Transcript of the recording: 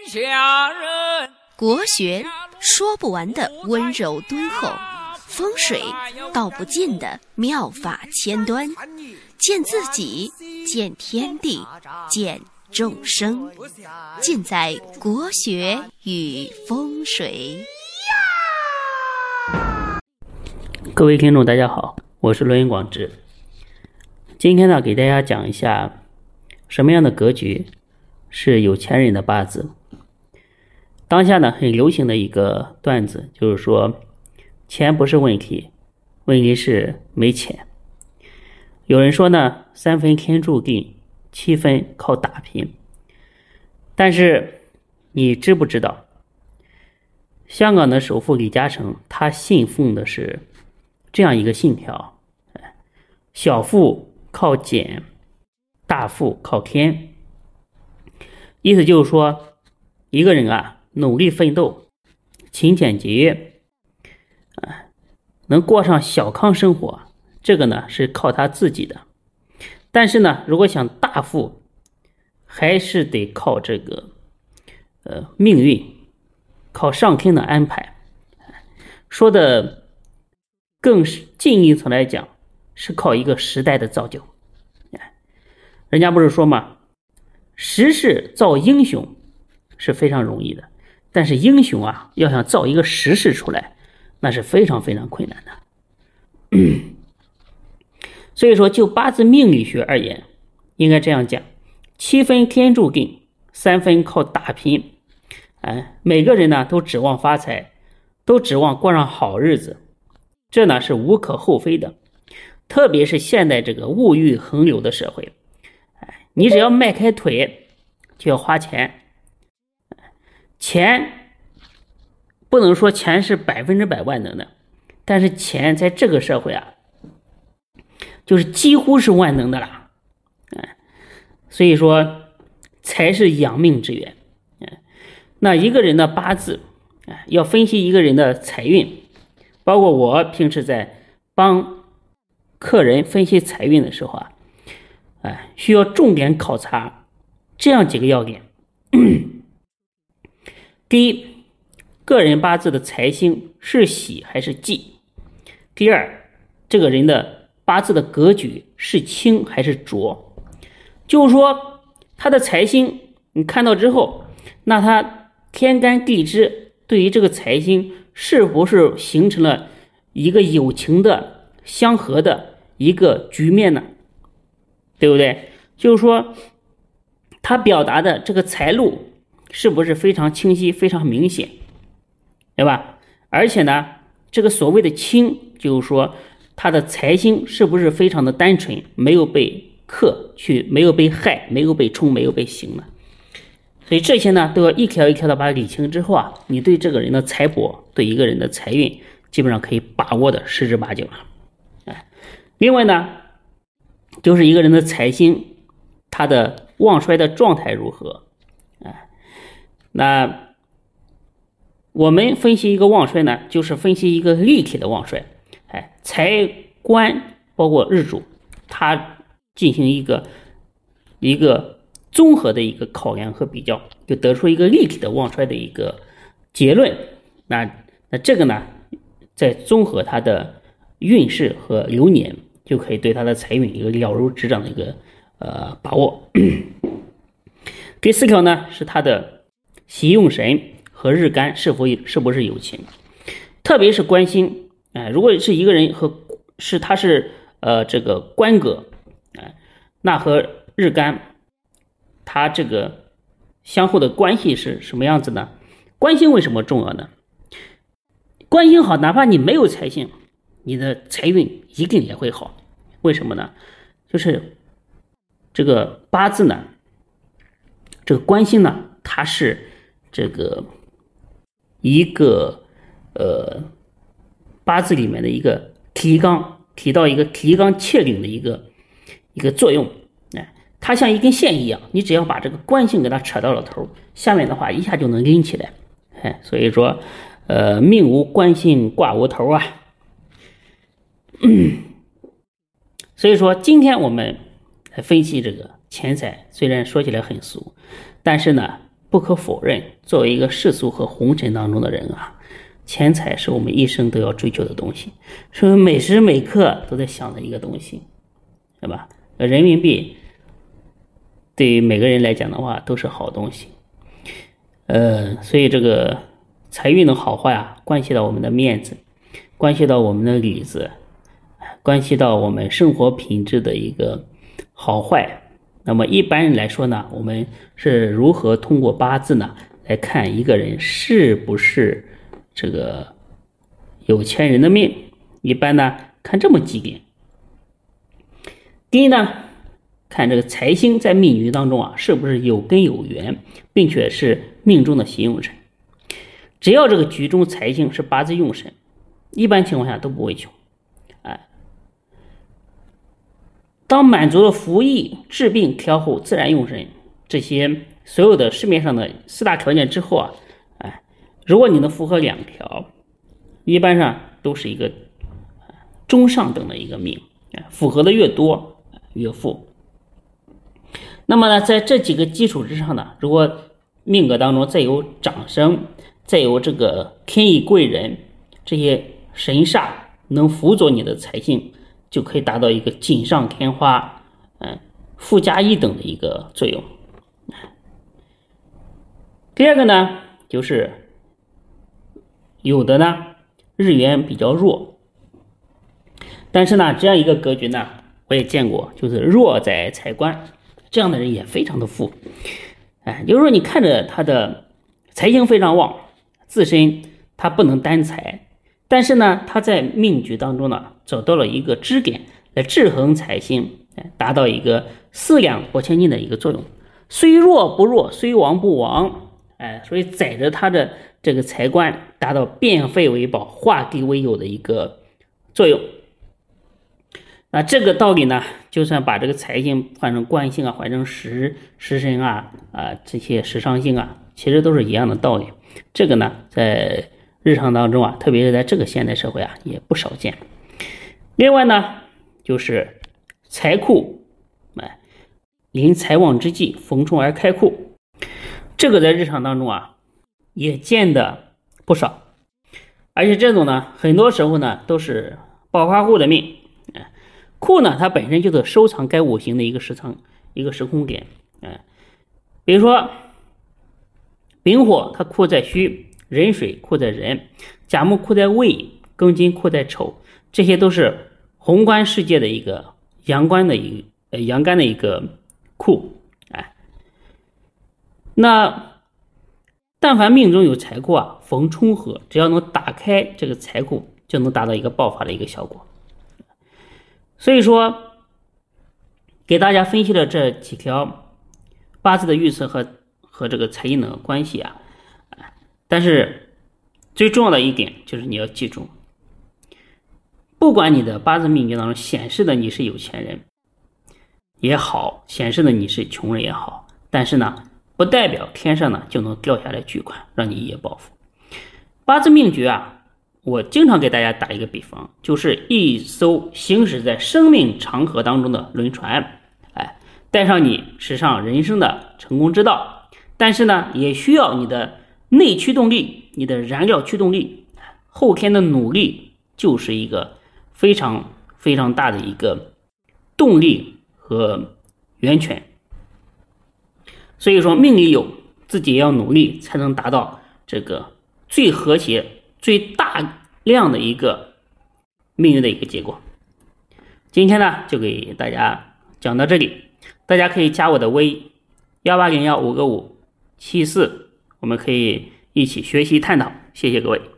下人。 国学说不完的温柔敦厚，风水道不尽的妙法千端，见自己，见天地，见众生，尽在国学与风水。 各位听众大家好，我是罗云广志。今天呢，给大家讲一下什么样的格局是有钱人的八字。当下呢，很流行的一个段子就是说，钱不是问题，问题是没钱。有人说呢，3分天注定，7分靠打拼。但是你知不知道，香港的首富李嘉诚他信奉的是这样一个信条：小富靠俭，大富靠天。意思就是说，一个人啊，努力奋斗，勤俭节约，能过上小康生活，这个呢是靠他自己的。但是呢，如果想大富，还是得靠这个命运，靠上天的安排。说的更近一层来讲，是靠一个时代的造就。人家不是说嘛，时势造英雄是非常容易的，但是英雄啊，要想造一个时势出来，那是非常非常困难的。所以说，就八字命理学而言，应该这样讲：7分天注定，3分靠打拼。每个人呢都指望发财，都指望过上好日子，这呢是无可厚非的。特别是现在这个物欲横流的社会，你只要迈开腿就要花钱。钱不能说钱是100%万能的，但是钱在这个社会啊，就是几乎是万能的了。所以说财是养命之源。那一个人的八字要分析一个人的财运，包括我平时在帮客人分析财运的时候需要重点考察这样几个要点。第一，个人八字的财星是喜还是忌。第二，这个人的八字的格局是清还是浊。就是说他的财星你看到之后，那他天干地支对于这个财星是不是形成了一个有情的相合的一个局面呢？对不对？就是说他表达的这个财路是不是非常清晰非常明显，对吧？而且呢，这个所谓的清，就是说他的财星是不是非常的单纯，没有被克去，没有被害，没有被冲，没有被刑呢？所以这些呢都要一条一条的把它理清之后你对这个人的财帛，对一个人的财运基本上可以把握的十之八九了。另外呢，就是一个人的财星他的旺衰的状态如何。那我们分析一个旺衰呢，就是分析一个立体的旺衰。财官包括日主，他进行一个综合的一个考量和比较，就得出一个立体的旺衰的一个结论。那这个呢，再综合他的运势和流年，就可以对他的财运有了如指掌的一个把握。第4条呢，是他的喜用神和日干是不是有情。特别是官星，如果是一个人他是这个官格，那和日干它这个相互的关系是什么样子呢？官星为什么重要呢？官星好，哪怕你没有财星，你的财运一定也会好。为什么呢？就是这个八字呢，这个官星呢，它是这个一个八字里面的一个提到一个提纲挈领的一个作用。它像一根线一样，你只要把这个官星给它扯到了头，下面的话一下就能拎起来。所以说命无官星挂无头啊。所以说今天我们来分析这个钱财，虽然说起来很俗，但是呢不可否认，作为一个世俗和红尘当中的人啊，钱财是我们一生都要追求的东西，是我们每时每刻都在想的一个东西，对吧？人民币对于每个人来讲的话都是好东西，所以这个财运的好坏啊，关系到我们的面子，关系到我们的里子，关系到我们生活品质的一个好坏。那么一般人来说呢，我们是如何通过八字呢来看一个人是不是这个有钱人的命？一般呢看这么几点。第一呢，看这个财星在命局当中啊是不是有根有源，并且是命中的喜用神。只要这个局中财星是八字用神，一般情况下都不会穷。当满足了服役、治病、调候、自然用神这些所有的市面上的4大条件之后啊，如果你能符合2条，一般上都是一个中上等的一个命，符合的越多越富。那么呢，在这几个基础之上呢，如果命格当中再有长生，再有这个天乙贵人这些神煞能辅佐你的财星，就可以达到一个锦上添花，富加一等的一个作用。第二个呢，就是有的呢日元比较弱，但是呢这样一个格局呢我也见过，就是弱在财官，这样的人也非常的富。就是说你看着他的财星非常旺，自身他不能单财，但是呢他在命局当中呢找到了一个支点来制衡财星，达到一个4两拨千斤的一个作用，虽弱不弱，虽亡不亡，所以载着他的这个财官达到变废为宝、化敌为友的一个作用。那这个道理呢，就算把这个财星换成官星啊，换成食神啊，这些食伤星啊，其实都是一样的道理。这个呢在日常当中啊，特别是在这个现代社会啊，也不少见。另外呢，就是财库，临财旺之际，逢冲而开库，这个在日常当中啊，也见的不少。而且这种呢，很多时候呢，都是暴发户的命。库呢，它本身就是收藏该五行的一个时空点。比如说丙火它库在戌，壬水库在壬，甲木库在未，庚金库在丑，这些都是宏观世界的一个阳干的一个库。那但凡命中有财库啊，逢冲合，只要能打开这个财库，就能达到一个爆发的一个效果。所以说给大家分析了这几条八字的预测和这个财运的关系啊，但是最重要的一点就是你要记住，不管你的八字命局当中显示的你是有钱人也好，显示的你是穷人也好，但是呢不代表天上呢就能掉下来巨款让你一夜暴富。八字命局啊，我经常给大家打一个比方，就是一艘行驶在生命长河当中的轮船，带上你驶上人生的成功之道，但是呢也需要你的内驱动力，你的燃料驱动力，后天的努力就是一个非常非常大的一个动力和源泉。所以说命里有，自己也要努力，才能达到这个最和谐最大量的一个命运的一个结果。今天呢就给大家讲到这里，大家可以加我的微1801557574，我们可以一起学习探讨。谢谢各位。